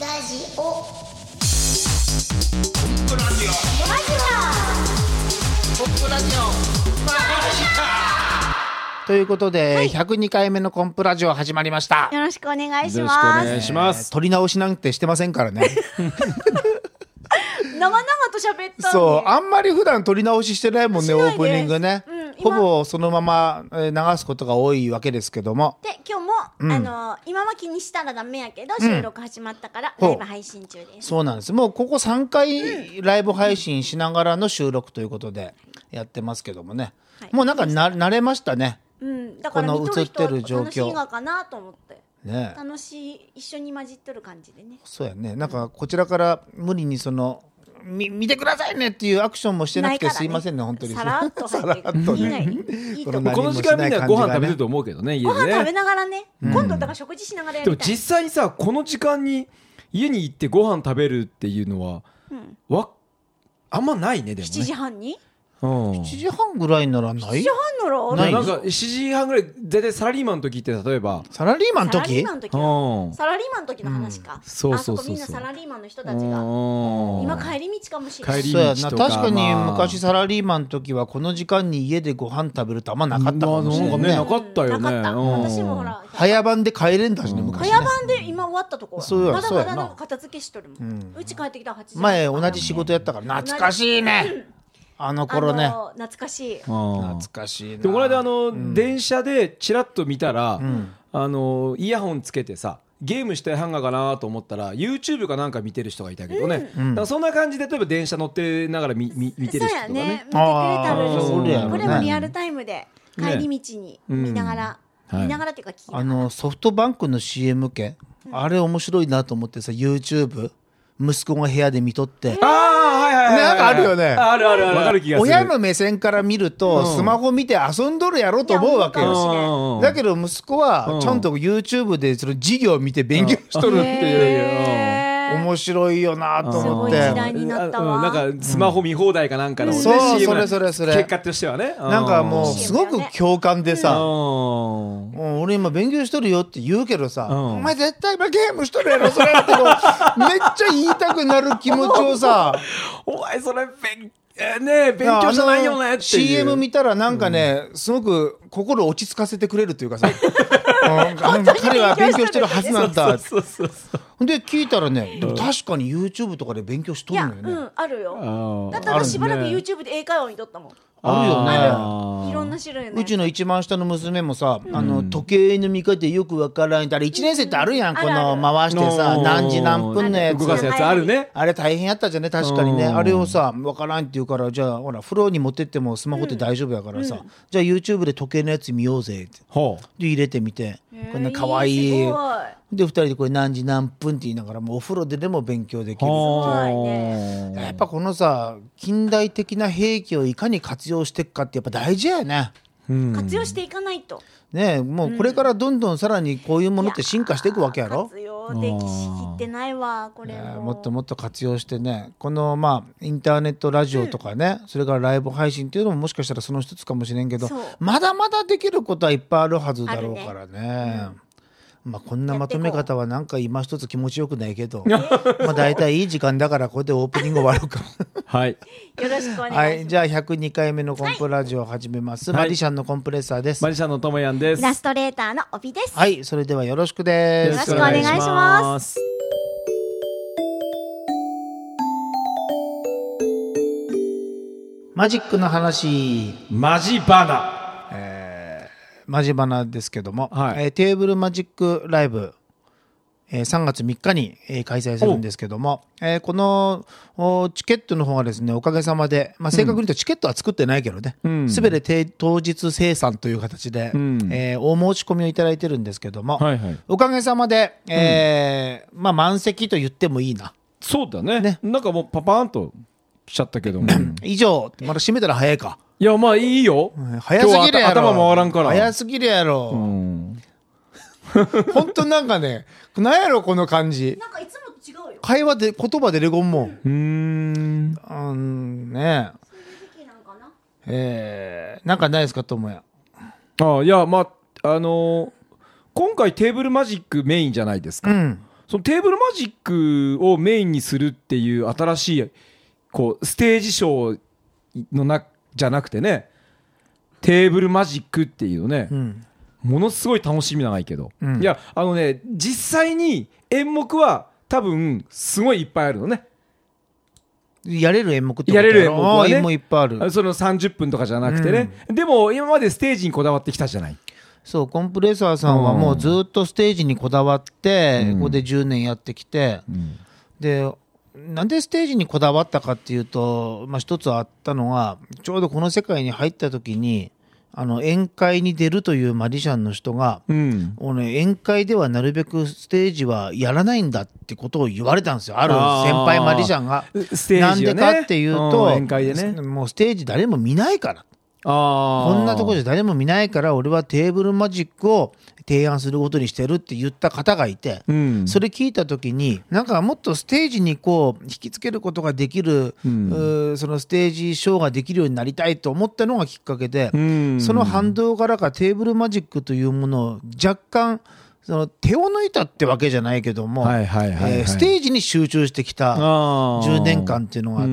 ラジオポップラジオポップラジオということで、102回目のコンプラジオ始まりました。 よろしくお願いしよろしくおます。 願いします。 撮り直しなんてしてませんからね。 長々と喋ったんで。 そう、あんまり普段撮り直ししてないもんね、オしないですープニングね、ほぼそのまま流すことが多いわけですけども。 で今日も、今は気にしたらダメやけど、収録始まったからライブ配信中です。 そうなんです。もうここ3回ライブ配信しながらの収録ということでやってますけどもね、もうなんか慣れましたね。 だから見とる人はこの映ってる状況楽しいがかなと思ってね、 楽しい、一緒に混じっとる感じでね。 そうやね。なんかこちらから無理にその見てくださいねっていうアクションもしてなくてすいませんね、本当にさらっと入ってくる。いいね、いいと思う。 この時間みんなご飯食べると思うけどね、家でね。 ご飯食べながらね、今度だから食事しながらやでもりたい。 実際にさ、この時間に家に行ってご飯食べるっていうのは、あんまないね。でもね 7時半に 7時半ぐらいならない？ 7時半ならある。 なんか7時半ぐらい大体サラリーマンの時って例えばサラリーマンの時？ サラリーマンの時のサラリーマンの時の話か。 そうあそこみんなサラリーマンの人たちが今帰り道かもしれない。 帰りそうやな。 道とか確かに昔サラリーマンの時はこの時間に家でご飯食べるってあんまなかったかもしれないね。 なかったよね。 なかった。私もほら早番で帰れんだしね、昔ね。 早番で今終わったとこそうやまだそうやなまだなんか片付けしとるもん。うち帰ってきたら8時前同じ仕事やったから懐かしいね。あの頃ね。 懐かしい。 懐かしいな。 でもこの間電車でチラッと見たら、イヤホンつけてさゲームしたいハンガーかなと思ったら YouTube かなんか見てる人がいたけどね、だからそんな感じで例えば電車乗ってながら見てる人とかそうやね。見てくれね。 たるそうやろねこれもリアルタイムで帰り道に見ながら見ながらっていうか聞きながら。 ソフトバンクの CM 系、あれ面白いなと思ってさ、 YouTube 息子が部屋で見とって、 はいはいはい、 なんかあるよね。 あるわかる気がする。 親の目線から見ると、スマホ見て遊んどるやろと思うわけよ。だけど息子はちゃんと YouTube でその授業を見て勉強しとるっていう、面白いよなと思って。 すごい時代になったわ。 なんかスマホ見放題かなんかの、 そう CM それ結果としてはね、 なんかもうすごく共感でさ、 うん俺今勉強しとるよって言うけどさ、お前絶対今ゲームしとるやろそれってこうめっちゃ言いたくなる気持ちをさお前それ勉強じゃないよねっていう CM 見たらなんかね、すごく心を落ち着かせてくれるというかさ、彼は勉強してるはずなんだ。で聞いたらね、でも確かに YouTube とかで勉強しといや、 るのよね。 あるよ。だったらしばらく YouTube で英会話見とったもん。 あるよね。 いろんな種類ね。 うちの一番下の娘もさ、時計の見方よくわからんって、あれ1年生ってあるやん、この回してさ、何時何分のやつ動かすやつあるね。 あれ大変やったじゃね、確かにね。あれをさわからんって言うから、じゃあほら風呂に持ってってもスマホって大丈夫やからさ、じゃあ YouTube で時計のやつ見ようぜってで入れてみて、こんな可愛いで2人でこれ何時何分って言いながらもうお風呂ででも勉強できる。やっぱこのさ近代的な兵器をいかに活用していくかってやっぱ大事やね。 活用していかないとね、もうこれからどんどんさらにこういうものって進化していくわけやろ。 活用できしきってないわこれもっともっと活用してね、このインターネットラジオとかね、それからライブ配信っていうのももしかしたらその一つかもしれんけど、まだまだできることはいっぱいあるはずだろうからね。こんなまとめ方はなんか今一つ気持ちよくないけどだいたいいい時間だからこれでオープニング終わるかはいよろしくお願いします。 はい、じゃあ102回目のコンプラジオを始めます。マジシャンのコンプレッサーです。 マジシャンのともやんです。 イラストレーターの帯です。 はい、それではよろしくです。 よろしくお願いします。 マジックの話、 マジバナ、 マジバナですけども、 はいテーブルマジックライブ、3月3日に、開催するんですけども、このチケットの方がですね、おかげさまで、正確に言うとチケットは作ってないけどね、すべて当日生産という形で、お申し込みをいただいてるんですけども、おかげさまで、満席と言ってもいいな。 そうだね。なんかもうパパーンと来ちゃったけども以上。まだ閉めたら早いか。 いやいいよ、 早すぎるやろ。 頭回らんから早すぎるやろ。本当なんかね、なんやろこの感じ。 なんかいつもと違うよ。 会話で言葉出れごんもん。 ねえ。 そういう時期なんかな。 なんかないですかともや。 いや今回テーブルマジックメインじゃないですか。 そのテーブルマジックをメインにするっていう新しいこうステージショーのじゃなくてね、テーブルマジックっていうね、ものすごい楽しみないけど、いや実際に演目は多分すごいいっぱいあるのね。 やれる演目ってことやれる演目はね、 演目いっぱいある。 その30分とかじゃなくてね、でも今までステージにこだわってきたじゃない。 そう、コンプレッサーさんはもうずっとステージにこだわって、ここで10年やってきて、でなんでステージにこだわったかっていうと、一つあったのは、ちょうどこの世界に入った時に宴会に出るというマジシャンの人が、宴会ではなるべくステージはやらないんだってことを言われたんですよ、ある先輩マジシャンが。 ステージをね、 なんでかっていうと、 宴会でね、 もうステージ誰も見ないから、こんなところじゃ誰も見ないから、俺はテーブルマジックを提案することにしてるって言った方がいて、それ聞いた時になんかもっとステージにこう引きつけることができる、そのステージショーができるようになりたいと思ったのがきっかけで、その反動からかテーブルマジックというものを若干その手を抜いたってわけじゃないけども、ステージに集中してきた10年間っていうのがあって、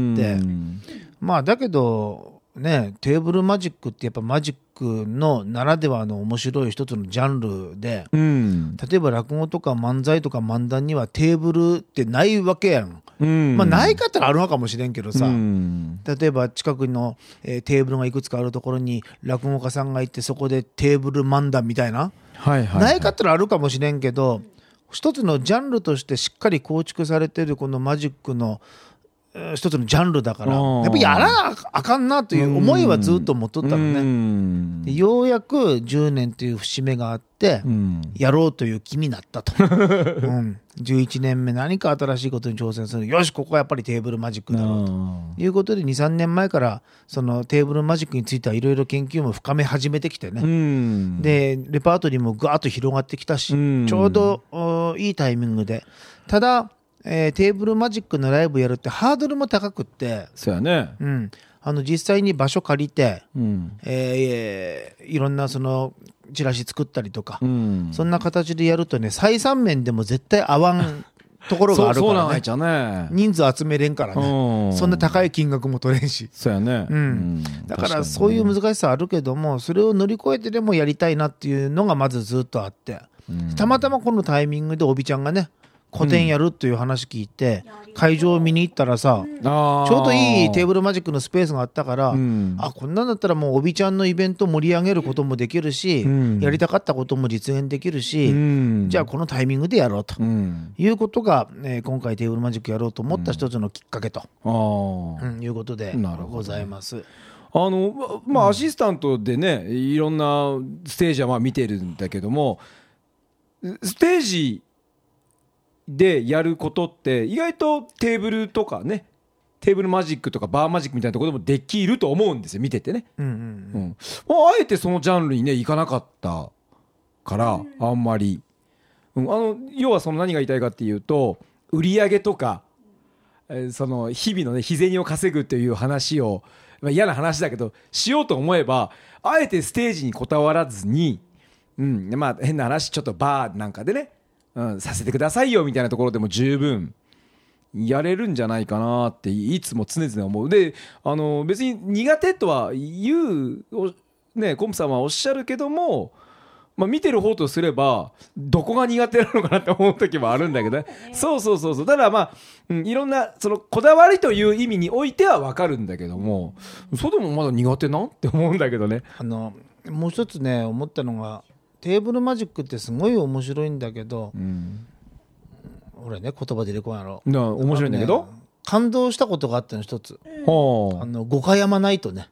だけどね、テーブルマジックってやっぱマジックのならではの面白い一つのジャンルで、例えば落語とか漫才とか漫談にはテーブルってないわけやん。ないかったらあるのかもしれんけどさ、例えば近くの、テーブルがいくつかあるところに落語家さんがいて、そこでテーブル漫談みたいな、ないかったらあるかもしれんけど、一つのジャンルとしてしっかり構築されているこのマジックの一つのジャンルだから、やっぱりやらなあかんなという思いはずっと持っとったのね。でようやく10年という節目があって、やろうという気になったと、11年目何か新しいことに挑戦する、よしここはやっぱりテーブルマジックだろうということで 2,3 年前からそのテーブルマジックについてはいろいろ研究も深め始めてきてね、でレパートリーもガーッと広がってきたし、ちょうどいいタイミングで、ただテーブルマジックのライブやるってハードルも高くって、 そうやね、 実際に場所借りて、いろんなそのチラシ作ったりとか、そんな形でやるとね、採算面でも絶対合わんところがあるからね、人数集めれんからね、そんな高い金額も取れんし、 そうやね、 だからそういう難しさあるけども、それを乗り越えてでもやりたいなっていうのがまずずっとあって、たまたまこのタイミングでおびちゃんがね個展やるっていう話聞いて、会場を見に行ったらさ、ちょうどいいテーブルマジックのスペースがあったから、こんなんだったらもうおびちゃんのイベント盛り上げることもできるし、やりたかったことも実現できるし、じゃあこのタイミングでやろうということが、今回テーブルマジックやろうと思った一つのきっかけと、いうことでございます。 アシスタントでね、いろんなステージは見てるんだけども、ステージでやることって意外とテーブルとかね、テーブルマジックとかバーマジックみたいなところでもできると思うんですよ、見ててね。あえてそのジャンルにね行かなかったからあんまり、要はその何が言いたいかっていうと、売り上げとか、その日々のね日銭を稼ぐっていう話を、嫌な話だけどしようと思えば、あえてステージにこだわらずに、変な話、ちょっとバーなんかでね、させてくださいよみたいなところでも十分やれるんじゃないかなっていつも常々思う。で、別に苦手とは言うね、コンプさんはおっしゃるけども、見てる方とすればどこが苦手なのかなって思う時もあるんだけどね。そうただいろんなそのこだわりという意味においては分かるんだけども、そうでもまだ苦手なんって思うんだけどね。 もう一つね思ったのが、テーブルマジックってすごい面白いんだけど、俺ね言葉出てこないの。 面白いんだけど、 感動したことがあったの一つ。五箇山ナイトね。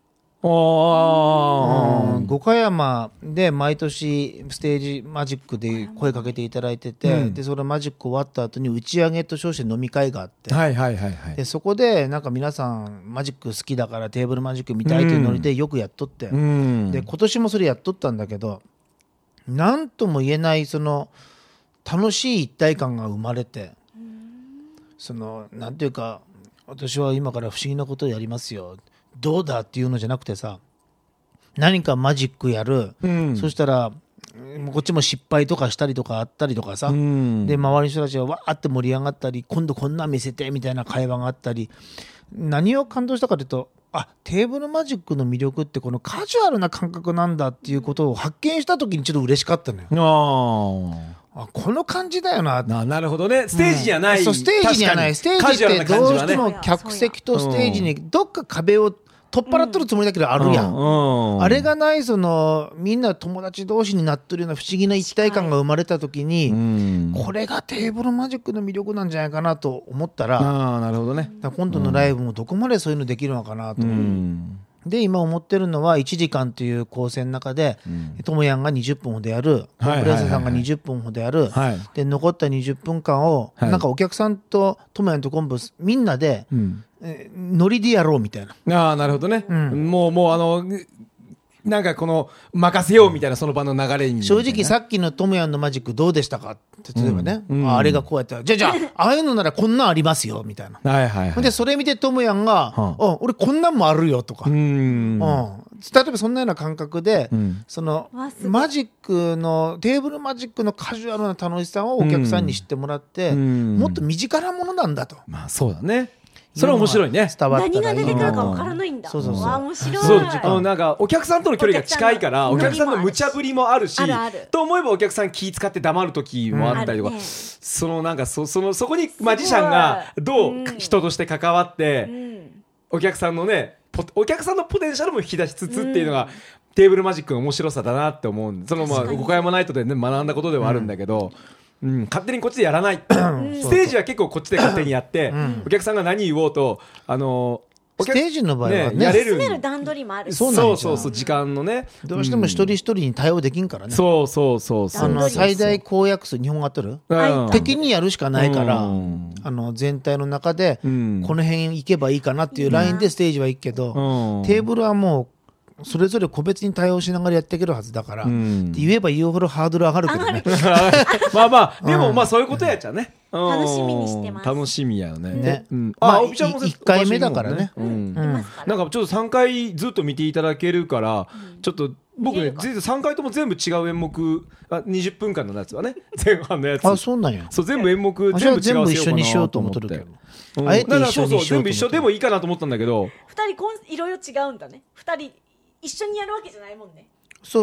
五箇山で毎年ステージマジックで声かけていただいてて、でそれマジック終わった後に打ち上げと称して飲み会があって、でそこでなんか皆さんマジック好きだからテーブルマジック見たいというノリでよくやっとって、で今年もそれやっとったんだけど、なんとも言えないその楽しい一体感が生まれて、そのなんていうか、私は今から不思議なことをやりますよ、どうだっていうのじゃなくてさ、何かマジックやる、そしたらこっちも失敗とかしたりとかあったりとかさ、で周りの人たちがわーって盛り上がったり、今度こんなん見せてみたいな会話があったり、何を感動したかというと、テーブルマジックの魅力ってこのカジュアルな感覚なんだっていうことを発見した時にちょっと嬉しかったのよ。この感じだよな。 なるほどね。ステージじゃない。 そう、ステージじゃない。ステージってどうしても客席とステージにどっか壁を取っ払っとるつもりだけどあるやん。あれがない、みんな友達同士になっとるような不思議な一体感が生まれた時に、これがテーブルマジックの魅力なんじゃないかなと思ったら、 なるほどね。 今度のライブもどこまでそういうのできるのかなと。で今思ってるのは1時間という構成の中でともやんが20分ほどやる、コンプレッサーさんが20分ほどやる、で残った20分間をなんかお客さんとともやんとコンブみんなでノリでやろうみたいな。 なるほどね。もうなんかこの任せようみたいなその場の流れに。 正直さっきのともやんのマジックどうでしたかって例えばね、あれがこうやってじゃあああいうのならこんなんありますよみたいな。でそれ見てともやんが俺こんなんもあるよとか、例えばそんなような感覚でそのマジックのテーブルマジックのカジュアルな楽しさをお客さんに知ってもらってもっと身近なものなんだと。 まあそうだね。それは面白いね。 何が出てくるか分からないんだ。面白い。 なんかお客さんとの距離が近いからお客さんの無茶ぶりもあるし、と思えばお客さん気使って黙る時もあったりとか、そこにマジシャンがどう人として関わってお客さんのね、お客さんのポテンシャルも引き出しつつっていうのがテーブルマジックの面白さだなって思う。岡山ナイトでね学んだことではあるんだけど。勝手にこっちでやらないステージは結構こっちで勝手にやってお客さんが何言おうとステージの場合はねやれる段取りもあるし、 そう時間のねどうしても一人一人に対応できんからね。最大公約数日本語あってる的にやるしかないから全体の中でこの辺行けばいいかなっていうラインでステージは行くけどテーブルはもうそれぞれ個別に対応しながらやっていけるはずだから、言えば言うほどハードル上がるけどね。 でもそういうことやっちゃね。 楽しみにしてます。 楽しみやね。 1回目だからね。 なんかちょっと3回ずっと見ていただけるからちょっと僕ね3回とも全部違う演目20分間のやつはね前半のやつ。 そうなんや。 全部演目全部一緒にしようと思ってるけど。 あえて一緒にしようと思って。全部一緒でもいいかなと思ったんだけど。 2人いろいろ違うんだね。2人一緒にやるわけじゃないもんね。 そう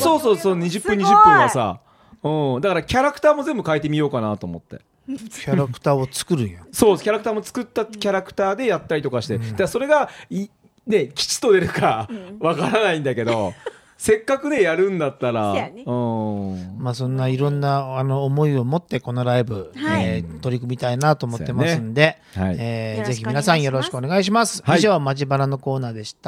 20分はさ、だからキャラクターも全部変えてみようかなと思って。 キャラクターを作るんや。 キャラクターも作ったキャラクターでやったりとかして、だからそれが吉と出るかわからないんだけど、せっかくねやるんだったら、 そんないろんな思いを持ってこのライブ取り組みたいなと思ってますんで、ぜひ皆さんよろしくお願いします。以上マジバラのコーナーでした。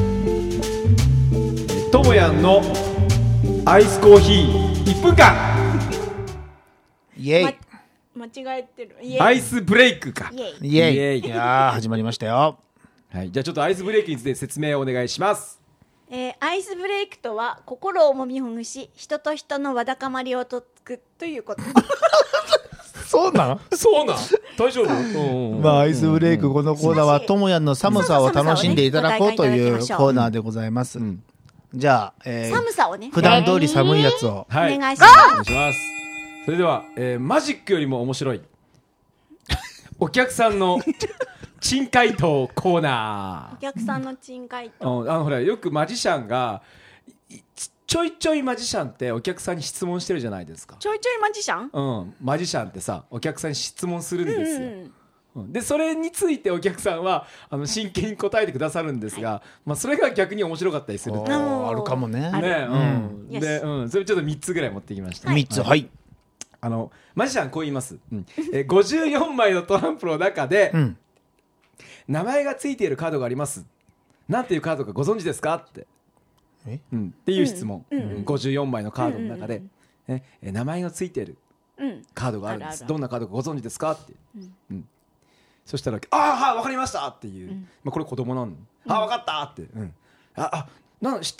ともやんのアイスコーヒー1分間イエイ間違えてる。 アイスブレイクかイエイいや始まりましたよ。 じゃあちょっとアイスブレイクについて説明をお願いします。 アイスブレイクとは心をもみほぐし人と人のわだかまりを解くということ。 そうなん大丈夫。 アイスブレイクこのコーナーはともやんの寒さを楽しんでいただこうというコーナーでございます。じゃあ寒さをね普段通り寒いやつをお願いします。 それではマジックよりも面白いお客さんの珍回答コーナー。 お客さんの珍回答。 ほらよくマジシャンがちょいちょいマジシャンってお客さんに質問してるじゃないですか。 ちょいちょいマジシャン？ マジシャンってさお客さんに質問するんですよ。でそれについてお客さんは真剣に答えてくださるんですが、それが逆に面白かったりする。 あるかもね。 で、それちょっと3つぐらい持ってきました。 3つはいマジシャンこう言います。54枚のトランプの中で名前がついているカードがあります。なんていうカードかご存知ですかって。っていう質問、54枚のカードの中で、名前がついているカードがあるんです。どんなカードかご存知ですかって、そしたら「分かりました」っていう、これ子供なの。分かったって、知ってる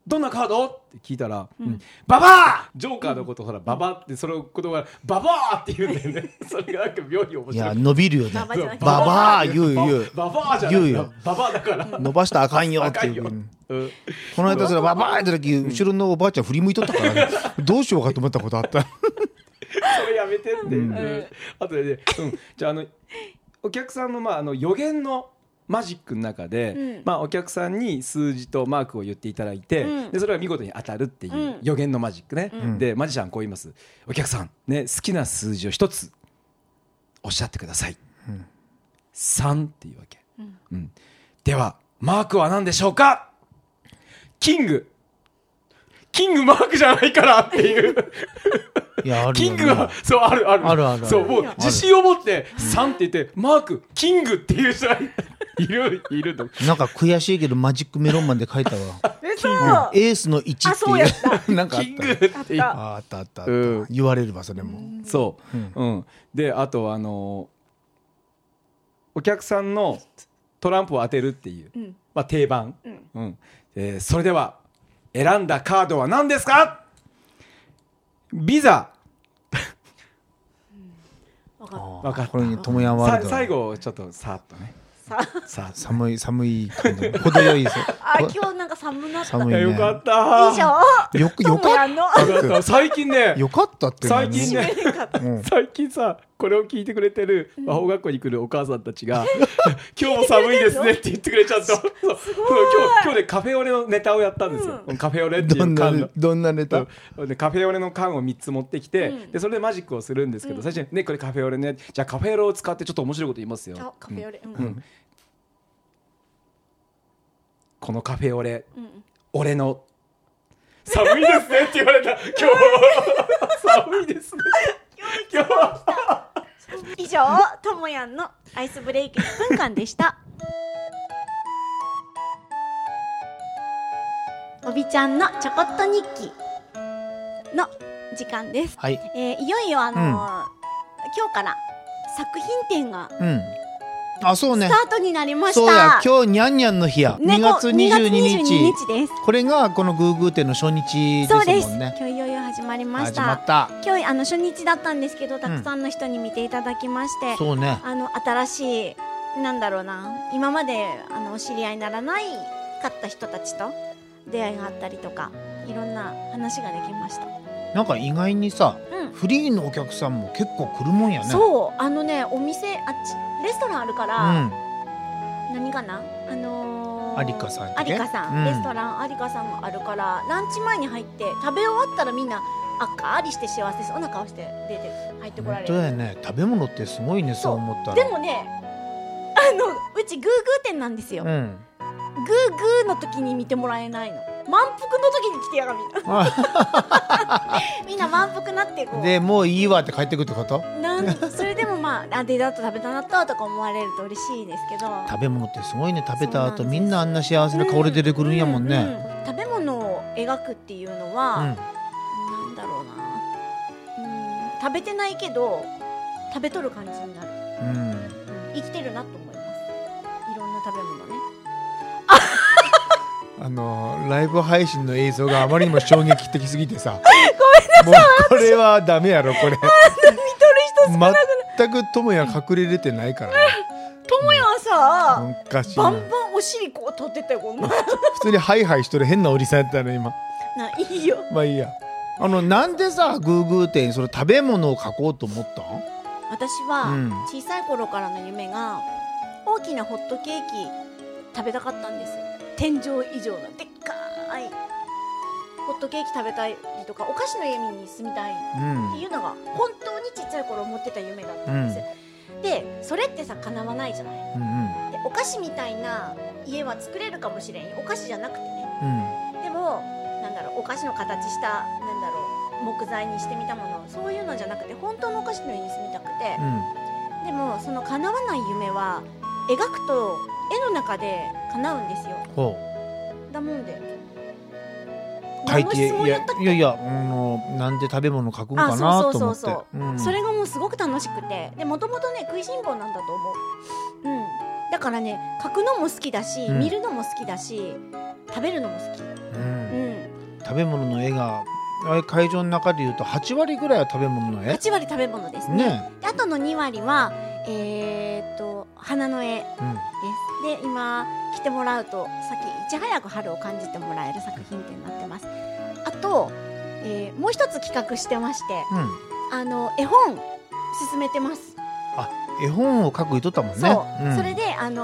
どんなカードって聞いたら、ババアジョーカーのことほらババってその言葉ババアって言うんだよねそれがなんか妙に面白い。 いや伸びるよね。 ババじゃなくてババア言うババアじゃないよババアだから伸ばしたらあかんよっていう。この間それババアって時後ろのおばあちゃん振り向いとったからねどうしようかと思ったことあったそれやめてってあとでねじゃあお客さんの予言のマジックの中で、お客さんに数字とマークを言っていただいて、でそれが見事に当たるっていう予言のマジックね、でマジシャンこう言います。お客さん、ね、好きな数字を一つおっしゃってください、3っていうわけ、ではマークは何でしょうか。キングマークじゃないからっていういやあるよね、 キングはそうあるそうもう自信を持って3って言ってマークキングっていう人がいるの。 なんか悔しいけどマジックメロンマンで書いたわエースの1っていうなんかあったキングっていうあった、言われるわそれもそう、であとお客さんのトランプを当てるっていう、定番、それでは選んだカードは何ですか。ビザ分かった。 これにトムヤンワールド最後ちょっとさっとね寒い感じ程よいですよ今日なんか寒なった。 寒いね。 よかった以上よかった最近ねよかったって最近ね最近さこれを聞いてくれてる魔法学校に来るお母さんたちが今日も寒いですねって言ってくれちゃった今日でカフェオレのネタをやったんですよ、カフェオレっていう缶のどんなネタでカフェオレの缶を3つ持ってきて、でそれでマジックをするんですけど、最初にねこれカフェオレね、じゃあカフェオレを使ってちょっと面白いこと言いますよ。 カフェオレ、 このカフェオレ、俺の寒いですねって言われた今日寒いですね今日以上ともやんのアイスブレイク1分間でしたおびちゃんのちょこっと日記の時間です、 はい、 いよいよ今日から作品展があそうねスタートになりました。 そうや今日にゃんにゃんの日や、2月22日です。 これがこのグーグー展の初日ですもんね。 そうです。今日いよいよ始まりました。 始まった。 今日初日だったんですけど、たくさんの人に見ていただきまして、 そうね、 新しいなんだろうな、今までお知り合いにならないかった人たちと出会いがあったりとか、いろんな話ができました。 なんか意外にさ、フリーのお客さんも結構来るもんやね。 そうお店レストランあるから、何かなアリカさん、 レストランアリカさんがあるから、ランチ前に入って食べ終わったらみんなありして幸せそうな顔して出て入ってこられる。 本当だよね、食べ物ってすごいね。そう思ったらでもねうちグーグー店なんですよ、グーグーの時に見てもらえないの。満腹の時に来てやがるみんな満腹なってこうでもういいわって帰ってくるってこと。 それでもデザート食べたなったとか思われると嬉しいですけど、 食べ物ってすごいね。食べた後みんなあんな幸せな顔で出てくるんやもんね、 食べ物を描くっていうのは、なんだろうな、食べてないけど食べとる感じになる、生きてるなと思います。いろんな食べ物ね。 ライブ配信の映像があまりにも衝撃的すぎてさごめんなさい、 もうこれはダメやろこれ見とる人少なくない。 全くともや隠れれてないからね。 ともやはさ、バンバンお尻こう取ってたよ。普通にハイハイしとる変なおじさんやったの今。 いいよ。 まあいいや。なんでさグーグー店その食べ物を描こうと思ったん？ 私は、小さい頃からの夢が大きなホットケーキ食べたかったんです。天井以上のでっかいホットケーキ食べたりとか、お菓子の家に住みたいっていうのが本当にちっちゃい頃思ってた夢だったんです、でそれってさ叶わないじゃない、でお菓子みたいな家は作れるかもしれんよ、お菓子じゃなくてね、でもなんだろう、お菓子の形したなんだろう木材にしてみたもの、そういうのじゃなくて本当のお菓子の家に住みたくて、でもその叶わない夢は描くと絵の中で叶うんですよ。だもんで書いて、いやなんで食べ物描くんかなと思って、 それがもうすごく楽しくて、でもともとね食いしん坊なんだと思う、だからね描くのも好きだし、見るのも好きだし食べるのも好き、 食べ物の絵が会場の中でいうと8割ぐらいは食べ物の絵。 8割食べ物ですね。であとの2割は花の絵です。で今来てもらうといち早く春を感じてもらえる作品展になってます。あと、もう一つ企画してまして、絵本進めてます。 あ、絵本を書く言っとったもんね。 そう、それで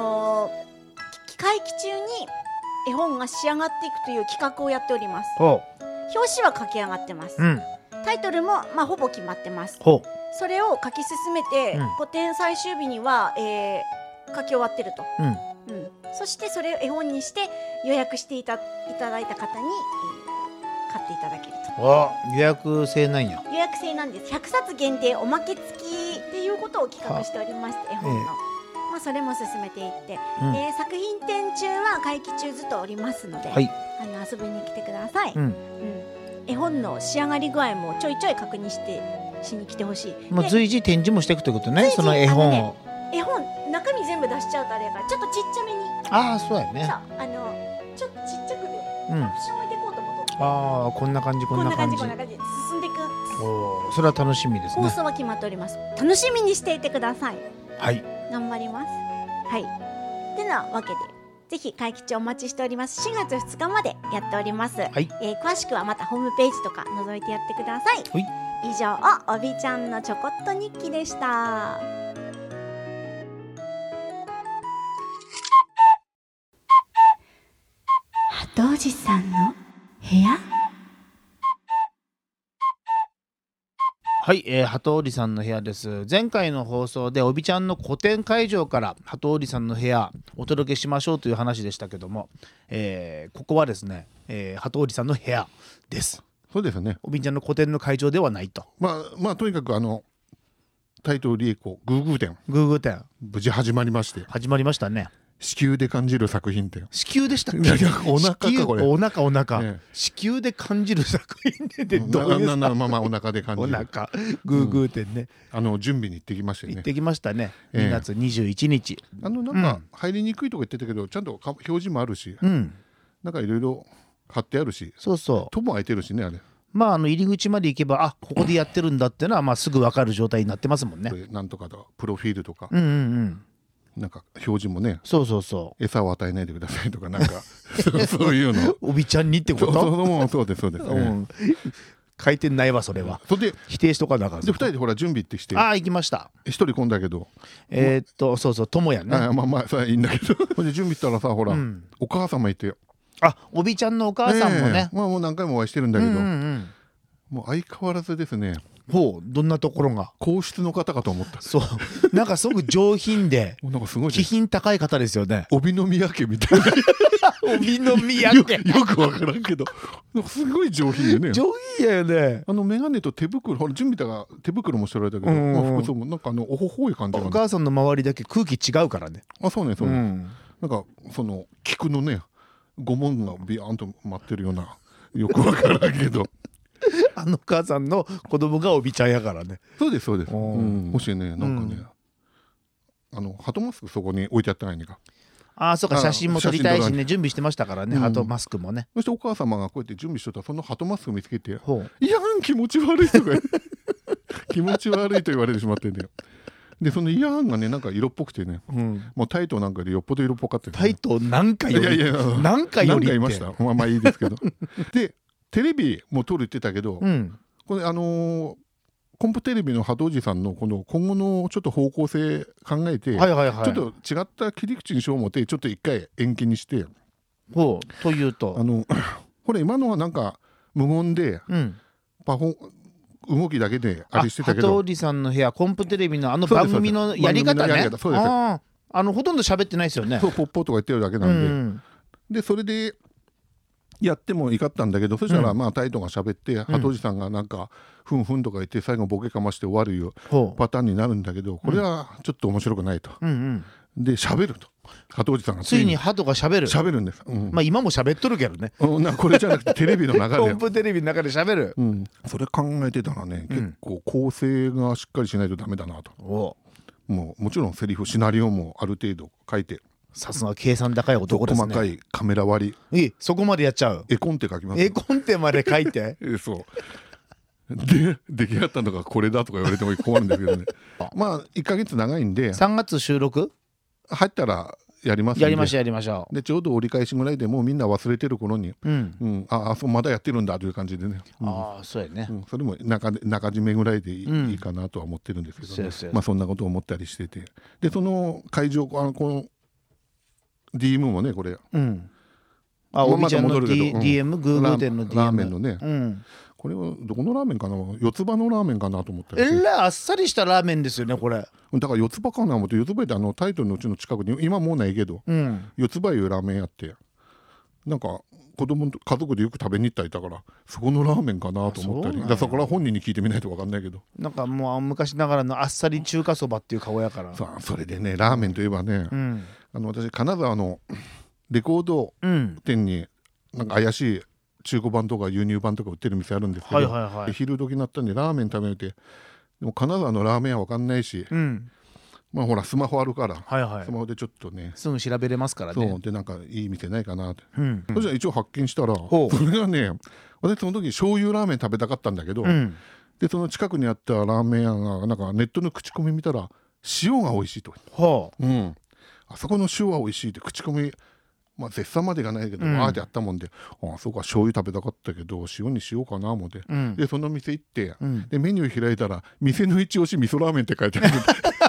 会期中に絵本が仕上がっていくという企画をやっております。表紙は書き上がってます、タイトルもほぼ決まってます。それを書き進めて、個展最終日には、書き終わってると、そしてそれを絵本にして予約していただいた方に、買っていただけると。 予約制なんや。 予約制なんです。100冊限定おまけ付きっていうことを企画しておりまして、絵本の、それも進めていって、作品展中は会期中ずっとおりますので、遊びに来てください。絵本の仕上がり具合もちょいちょい確認しに来てほしい。 もう随時展示もしていくということね。その絵本を、 絵本中身全部出しちゃうとあれやからちょっとちっちゃめに。 そうやね。 ちょっとちっちゃくでオプション置いていこうと思って。 こんな感じこんな感じ進んでいく。 それは楽しみですね。 放送は決まっております。楽しみにしていてください。 はい、 頑張ります。はい。てなわけでぜひ会期中お待ちしております。4月2日までやっております。詳しくはまたホームページとか覗いてやってください。以上、おびちゃんのちょこっと日記でした。鳩おじさんの部屋。 はい、鳩おりさんの部屋です。前回の放送でおびちゃんの個展会場から鳩おりさんの部屋お届けしましょうという話でしたけども、ここはですね、鳩おりさんの部屋です。 そうですね。 おびちゃんの個展の会場ではないと。 とにかく台東理恵子グーグー展無事始まりましたね。子宮で感じる作品展。 子宮でしたっけ？ お腹かこれ。 お腹。子宮で感じる作品でどういうさ。 お腹で感じる。 お腹グーグー展ね。 準備に行ってきましたよね。 行ってきましたね。2月21日。 なんか入りにくいとか言ってたけど、ちゃんと表示もあるし、なんかいろいろ貼ってあるし、 そうそう。 戸も開いてるしね、あれ。 入り口まで行けばここでやってるんだっていうのはすぐ分かる状態になってますもんね。 なんとかだプロフィールとか。なんか表示もね、 そう餌を与えないでくださいとかなんかそういうのおびちゃんにってこと？ そうです。 書いてないわそれは。 それで否定しとかなあかん。 で2人でほら準備ってして。 行きました。 1人来んだけど。 そう友やね。 それはいいんだけど。それで準備したらさほらお母様いて。 おびちゃんのお母さんもね。 もう何回もお会いしてるんだけど、もう相変わらずですね。 どんなところが？ 皇室の方かと思った。 そうなんかすごく上品でなんかすごい気品高い方ですよね。 帯宮家みたいな帯宮家よく分からんけどすごい上品でね。 上品やよね。 眼鏡と手袋、ほら準備だから手袋もしてられたけど、服装もなんかおほほい感じが、 お母さんの周りだけ空気違うからね。 そうね。なんかその菊のね御紋がビヤーンと待ってるような、よく分からんけど母さんの子供がおびちゃんやからね。 そうです。もしねなんかね、ハトマスクそこに置いてあったんやねんか。 そうか、写真も撮りたいしね、準備してましたからね、ハトマスクもね。 そしてお母様がこうやって準備しとったらそのハトマスク見つけて「いやん気持ち悪い」とか気持ち悪いと言われてしまってんだよ。でそのイヤーンがねなんか色っぽくてね、もうタイトなんかでよっぽど色っぽかった、 タイトなんかよりなんかいました。まあいいですけどでテレビも撮るって言ってたけど、これコンプテレビの鳩おじさんのこの今後のちょっと方向性考えて、ちょっと違った切り口にしよう思ってちょっと一回延期にして。 というとこれ今のはなんか無言で動きだけであれしてたけど、 鳩おじさんの部屋コンプテレビの番組のやり方ね。 そうです。 ほとんど喋ってないですよね。 ポッポとか言ってるだけなんで、それでやってもいかったんだけど、そしたらタイトが喋って鳩おじさんがなんかふんふんとか言って最後ボケかまして終わるいうパターンになるんだけど、これはちょっと面白くないと。で喋ると鳩おじさんがついに鳩が喋るんです。 今も喋っとるけどね。 これじゃなくてテレビの中でコンプテレビの中で喋る。 それ考えてたらね、結構構成がしっかりしないとダメだなと。もちろんセリフシナリオもある程度書いてさすが計算高い男ですね。 細かいカメラ割り、そこまでやっちゃう。 絵コンテ書きます。 絵コンテまで書いてそうで出来上がったのがこれだとか言われても困るんですけどねまあ1ヶ月長いんで 3月収録入ったらやりますんで、 やりましょう。 でちょうど折り返しぐらいでもうみんな忘れてる頃に、そうまだやってるんだという感じでね、 そうやね、 それも中締めぐらいでいいかなとは思ってるんですけど、ねまあそんなことを思ったりしてて、でその会場この DM もねこれ、 おみちゃんの DM グーグー店の DM ラーメンのね、これはどこのラーメンかな、四つ葉のラーメンかなと思ったり、 あっさりしたラーメンですよねこれ。 だから四つ葉かな思って、四つ葉ってタイトルのうちの近くに今もうないけど、四つ葉いうラーメンやって、なんか子供と家族でよく食べに行ったりだからそこのラーメンかなと思ったり、だから本人に聞いてみないと分かんないけど、 なんかもう昔ながらのあっさり中華そばっていう顔やから。 それでねラーメンといえばね、私金沢のレコード店になんか怪しい中古版とか輸入版とか売ってる店あるんですけど、昼時になったんでラーメン食べて、でも金沢のラーメンは分かんないし、まあほらスマホあるから、スマホでちょっとねすぐ調べれますからね。 そうでなんかいい店ないかなって、それじゃ一応発見したら、それがね私その時醤油ラーメン食べたかったんだけど、でその近くにあったラーメン屋がなんかネットの口コミ見たら塩が美味しいと、あそこの塩は美味しいって口コミ、まあ絶賛までがないけど、ああでやったもんで、そうか醤油食べたかったけど塩にしようかな思って、でその店行って、でメニュー開いたら店の一押し味噌ラーメンって書いてある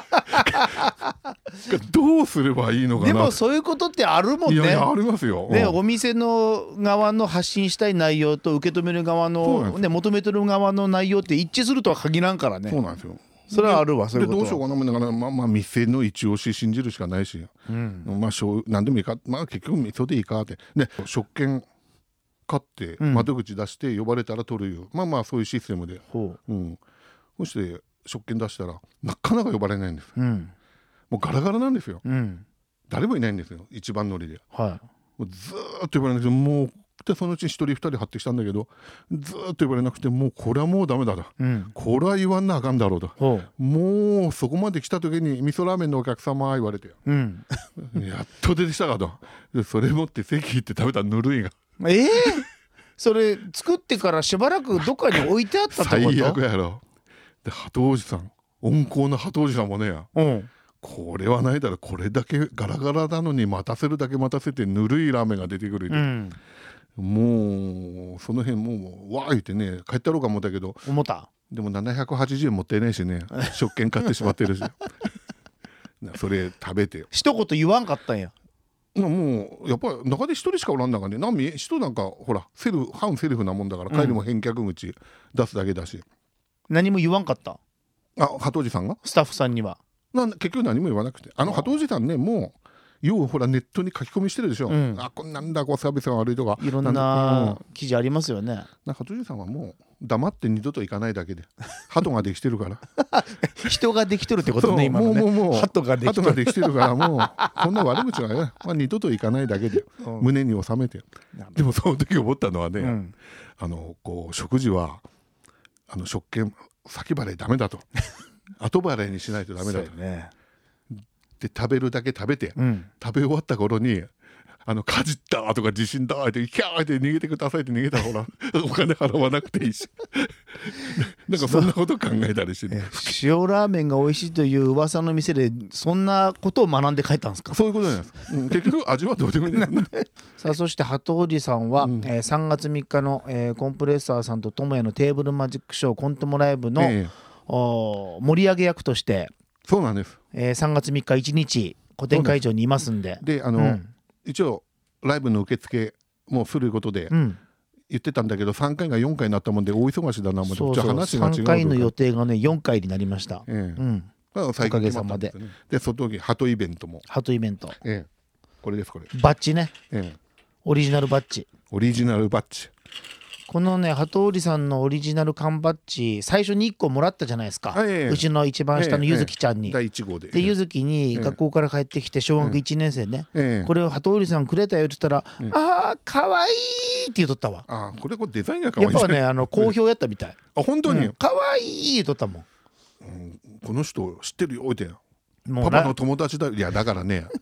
どうすればいいのかな。 でもそういうことってあるもんね。 いやありますよ、 お店の側の発信したい内容と受け止める側の、求めてる側の内容って一致するとは限らんからね。 そうなんですよ。 それはあるわ。そういうことはでどうしようかな思いながら、まあ店の一押し信じるしかないし、まあ醤油何でもいいか、まあ結局味噌でいいかって、で食券買って窓口出して呼ばれたら取るよ、まあそういうシステムで、そして食券出したらなかなか呼ばれないんです、もうガラガラなんですよ、誰もいないんですよ一番乗りで、もうずーっと呼ばれないんですよ。もうでそのうち1人2人張ってきたんだけどずーっと呼ばれなくて、もうこれはもうダメだと、これは言わんなあかんだろうと、もうそこまで来た時に味噌ラーメンのお客様言われて、やっと出てきたかと、でそれ持って席行って食べたらぬるいがそれ作ってからしばらくどっかに置いてあったってこと？ 最悪やろ。で鳩おじさん、温厚な鳩おじさんもね、これはないだろ、これだけガラガラなのに待たせるだけ待たせてぬるいラーメンが出てくるって、もうその辺もうわー言ってね帰ったろうか思ったけど、 思った。 でも780円持ってないしね食券買ってしまってるしそれ食べて一言言わんかったんや。 もうやっぱり中で一人しかおらんだからね、人なんかほら反セルフなもんだから、帰りも返却口出すだけだし、 何も言わんかった。 鳩おじさんがスタッフさんには結局何も言わなくて、鳩おじさんね、もうようほらネットに書き込みしてるでしょ、こんなんだこうサービスが悪いとかいろんな記事ありますよね。 鳩おじさんはもう黙って二度と行かないだけで鳩ができてるから人ができてるってことね、今のね。 もう鳩ができてるからもうこんな悪口はね、二度と行かないだけで胸に収めて。でもその時思ったのはね、こう食事は食券先払いダメだと後払いにしないとダメだと、で食べるだけ食べて、食べ終わった頃にかじったとか地震だってキャーって逃げてくださいって逃げたらほらお金払わなくていいしなんかそんなこと考えたりして、ね、 塩ラーメンが美味しいという噂の店でそんなことを学んで帰ったんですか？ そういうことなんです、結局味はどうでもいいんですねさあそして鳩おじさんは、3月3日の、コンプレッサーさんと智也のテーブルマジックショーコントモライブの、盛り上げ役としてそうなんです、 3月3日1日古典会場にいますんで、 で一応ライブの受付もすることで言ってたんだけど、3回が4回になったもんで大忙しだなもんで、 そうそう話が違う 3回の予定がね4回になりました、 おかげさまで。でその時鳩イベントもこれですこれバッジね、オリジナルバッジ、このね鳩おじさんのオリジナル缶バッジ最初に1個もらったじゃないですか、うちの一番下のゆずきちゃんに、 第1号でゆずきに学校から帰ってきて小学1年生ね、これを鳩おじさんくれたよって言ったら、あーかわいいって言うとったわ。 これデザインがかわいい、 やっぱね好評やったみたい。 本当にかわいい言うとったもん、 この人知ってるよってパパの友達だよ。いやだからね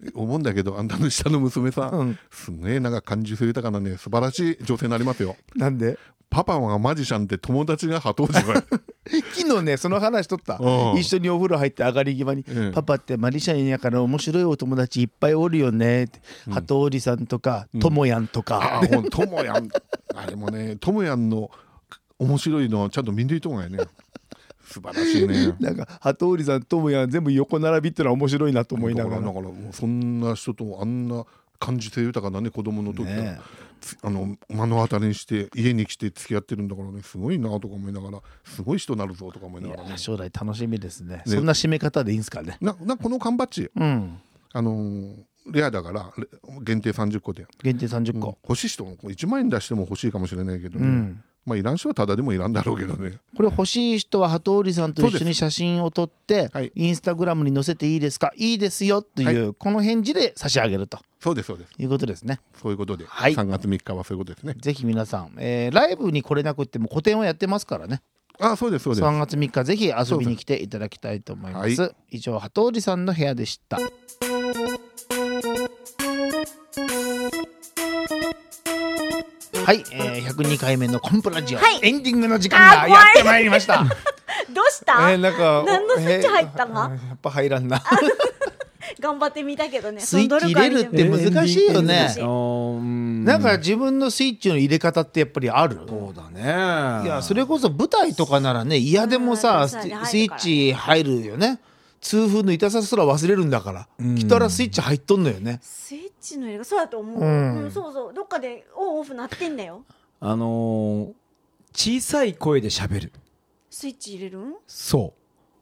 思うんだけど、あんたの下の娘さん、すげえなんか感受性豊かなね素晴らしい女性になりますよ。 なんでパパがマジシャンって友達が鳩おじさん昨日ねその話とった一緒にお風呂入って上がり際に、パパってマジシャンやから面白いお友達いっぱいおるよねって、鳩おじさんとかともやんとか、 ともやんあれもねともやんの面白いのはちゃんと見抜いとんがよね。素晴らしいね。 なんか鳩織さんともやん全部横並びってのは面白いなと思いながら、 だからもうそんな人とあんな感じ性豊かなね子供の時から、ね、目の当たりにして家に来て付き合ってるんだからねすごいなとか思いながら、すごい人になるぞとか思いながらね。 将来楽しみですね。そんな締め方でいいんですかね。 この缶バッジ、レアだから限定30個で限定30個、 欲しい人も1万円出しても欲しいかもしれないけどね、まあいらん人はただでもいらんだろうけどね。 これ欲しい人は鳩織さんと一緒に写真を撮ってインスタグラムに載せていいですか、いいですよという、この返事で差し上げると。 そうですそうです、 いうことですね。 そういうことで、3月3日はそういうことですね。 ぜひ皆さん、ライブに来れなくても個展をやってますからね。 そうですそうです。 3月3日ぜひ遊びに来ていただきたいと思います。以上鳩織さんの部屋でした。はい、102回目のコンプラジオ、エンディングの時間がやってまいりました。 どうした？ なんか何のスイッチ入ったの？ やっぱ入らんな。 頑張ってみたけどね。 スイッチ入れるって難しいよね。なんか自分のスイッチの入れ方ってやっぱりある？ そうだね。 いやそれこそ舞台とかならね、嫌でもさスイッチ入るよね。痛風の痛さすら忘れるんだから、来たらスイッチ入っとんのよね。 スイッチの入れ方そうだと思う。そうそう、どっかでオンオフなってんだよ。 小さい声で喋る。 スイッチ入れるん？ そう。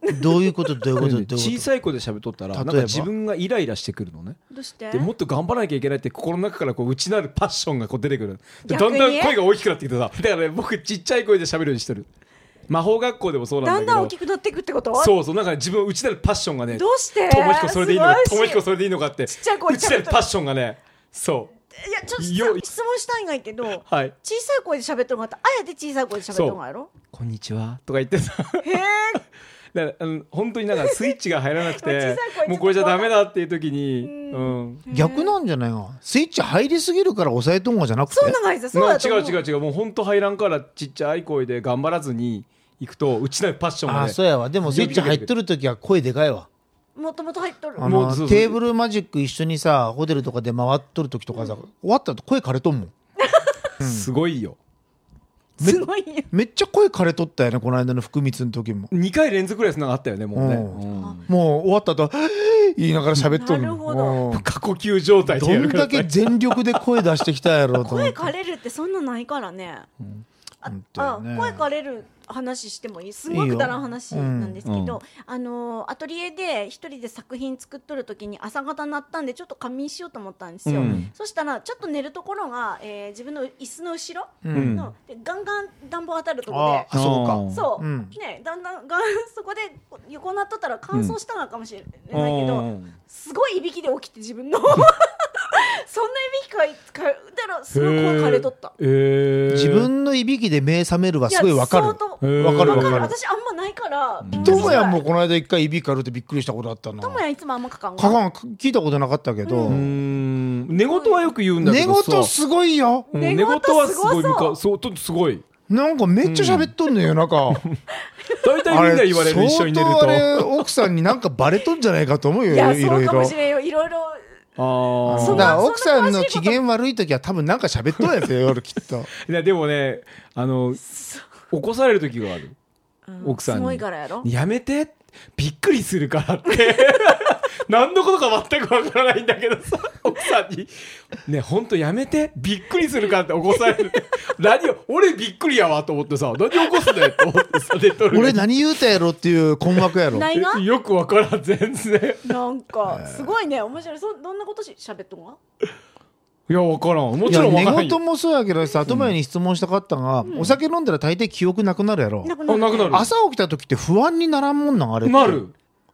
どういうことどういうこと？ 小さい声で喋っとったらなんか自分がイライラしてくるのね。 どうして？ でもっと頑張らなきゃいけないって心の中からこう内なるパッションがこう出てくる。だんだん声が大きくなってきてさ、だからね僕ちっちゃい声で喋るようにしてる。魔法学校でもそうなんだけど、 だんだん大きくなっていくってこと？ そうそう、なんか自分の内なるパッションがね、 どうして？ 友彦それでいいのか、友彦それでいいのかって、 ちっちゃい声で内なるパッションがね、そう。 いやちょっと質問したいんがいけど、小さい声で喋ってるのがあった、あえて小さい声で喋ってるのがやろ？ こんにちはとか言ってさ。へえ。だから本当になんかスイッチが入らなくてもうこれじゃダメだっていう時に、 逆なんじゃないの？スイッチ入りすぎるから抑えとんがじゃなくて、 そうなんですよ。そうだと思う。 違うもう本当入らんからちっちゃい声で頑張らずに行くと内なるパッションがね。 そうやわ。でもスイッチ入っとる時は声でかいわ。 もともと入っとる。 テーブルマジック一緒にさホテルとかで回っとる時とかさ、終わった後声枯れとんもん。 すごいよ。 すごいよ。 めっちゃ声枯れとったよね、この間の福光の時も。 2回連続ぐらいつながったよね、もうね。 もう終わった後言いながら喋っとる。 なるほど。 過呼吸状態でやるから。 どんだけ全力で声出してきたやろうと思って。 声枯れるってそんなないからね。声枯れる話してもいい？すごいくだらん話なんですけど、アトリエで一人で作品作っとる時に朝方鳴ったんでちょっと仮眠しようと思ったんですよ。そしたらちょっと寝るところが、自分の椅子の後ろの、でガンガン暖房当たるところで、そうね、だんだんそこで横鳴っとったら乾燥したのかもしれないけど、すごいいびきで起きて自分のそんないびきかだからすごい声枯れとった。 自分のいびきで目覚めるはすごいわかる。わかる。 私あんまないから。 ともやんもこの間一回いびきかるってびっくりしたことあったの。 ともやんいつもあんまかかん。 聞いたことなかったけど。 寝言はよく言うんだけどさ。 寝言すごいよ。 寝言はすごい。そうすごい。 なんかめっちゃ喋っとんのよ、なんか。 大体みんな言われる、一緒に寝ると。 相当あれ奥さんになんかバレとんじゃないかと思うよ。いやそうかもしれんよ、いろいろ。 だから奥さんの機嫌悪い時は多分なんか喋っとんやつよ、夜きっと。 いやでもね、起こされる時がある。奥さんに。 すごいからやろ。 やめて、びっくりするからって。何のことか全くわからないんだけどさ、奥さんにね、ほんとやめて、びっくりするからって起こされる。俺びっくりやわと思ってさ、何起こすねと思ってさ、 俺何言うたやろっていう困惑やろ。 よくわからん、全然。 なんかすごいね、面白い。どんなこと喋っとんが？ いや分からん、もちろん分からん。 寝言もそうやけどさ、後前に質問したかったが、お酒飲んだら大抵記憶なくなるやろ。 なくなる。 朝起きた時って不安にならんもんなんあれ。 なる。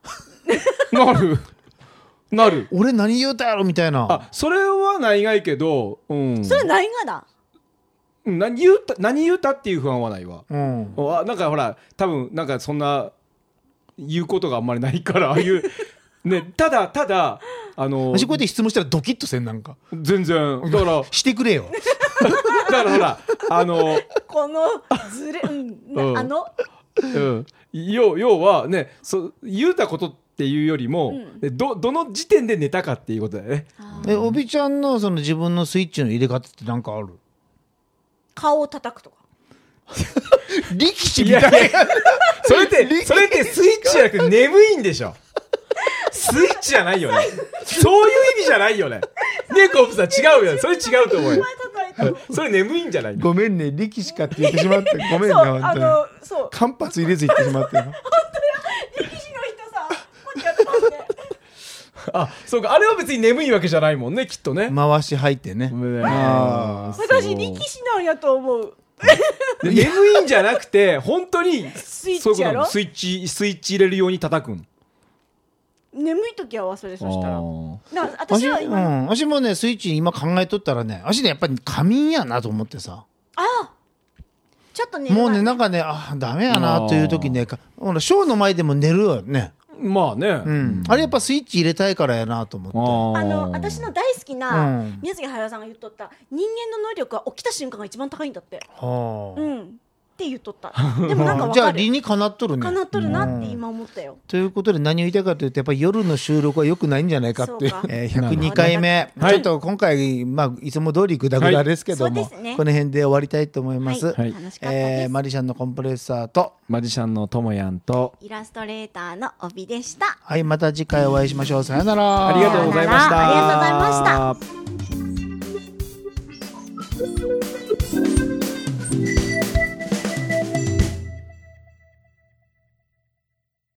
俺何言うたやろみたいな。 それはないがいけど、 それないがだ。 何言うたっていう不安はないわ。なんかほら多分なんかそんな言うことがあんまりないから、ああいうね、ただ私こうやって質問したらドキッとせんなんか全然だからしてくれよだからほらこのズレ、 要はね言うたことっていうよりも、どの時点で寝たかっていうことだよね。 おびちゃんのその自分のスイッチの入れ方って何かある？ 顔を叩くとか力士みたいなそれってスイッチじゃなくて眠いんでしょ。スイッチじゃないよね。そういう意味じゃないよね。ねコープさん違うよ。それ違うと思うよ。それ眠いんじゃないの？ ごめんね力士かって言ってしまってごめんね本当に間髪入れず言ってしまって本当や力士の人さこうやってますね。 そうかあれは別に眠いわけじゃないもんねきっとね。 回し入ってね。 私力士なんやと思う。 眠いんじゃなくて本当にスイッチやろ？ スイッチ入れるように叩くん。 眠い時は忘れそしたら私は今、 私もねスイッチ今考えとったらね私ねやっぱり仮眠やなと思ってさちょっとねもうねなんかねダメやなという時ねほらショーの前でも寝るよね。 まあね、 あれやっぱスイッチ入れたいからやなと思って私の大好きな宮崎駿さんが言っとった人間の能力は起きた瞬間が一番高いんだってって言っとった。でもなんか分かる。 じゃあ理にかなっとるね。 かなっとるなって今思ったよ。 ということで何を言いたいかというとやっぱり夜の収録は良くないんじゃないかっていう102回目、ちょっと今回、いつも通りグダグダですけども、この辺で終わりたいと思います。 楽しかったです。 マジシャンのコンプレッサーとマジシャンのともやんとイラストレーターの帯でした。 はい、また次回お会いしましょう。さよなら。 ありがとうございました。 ありがとうございました。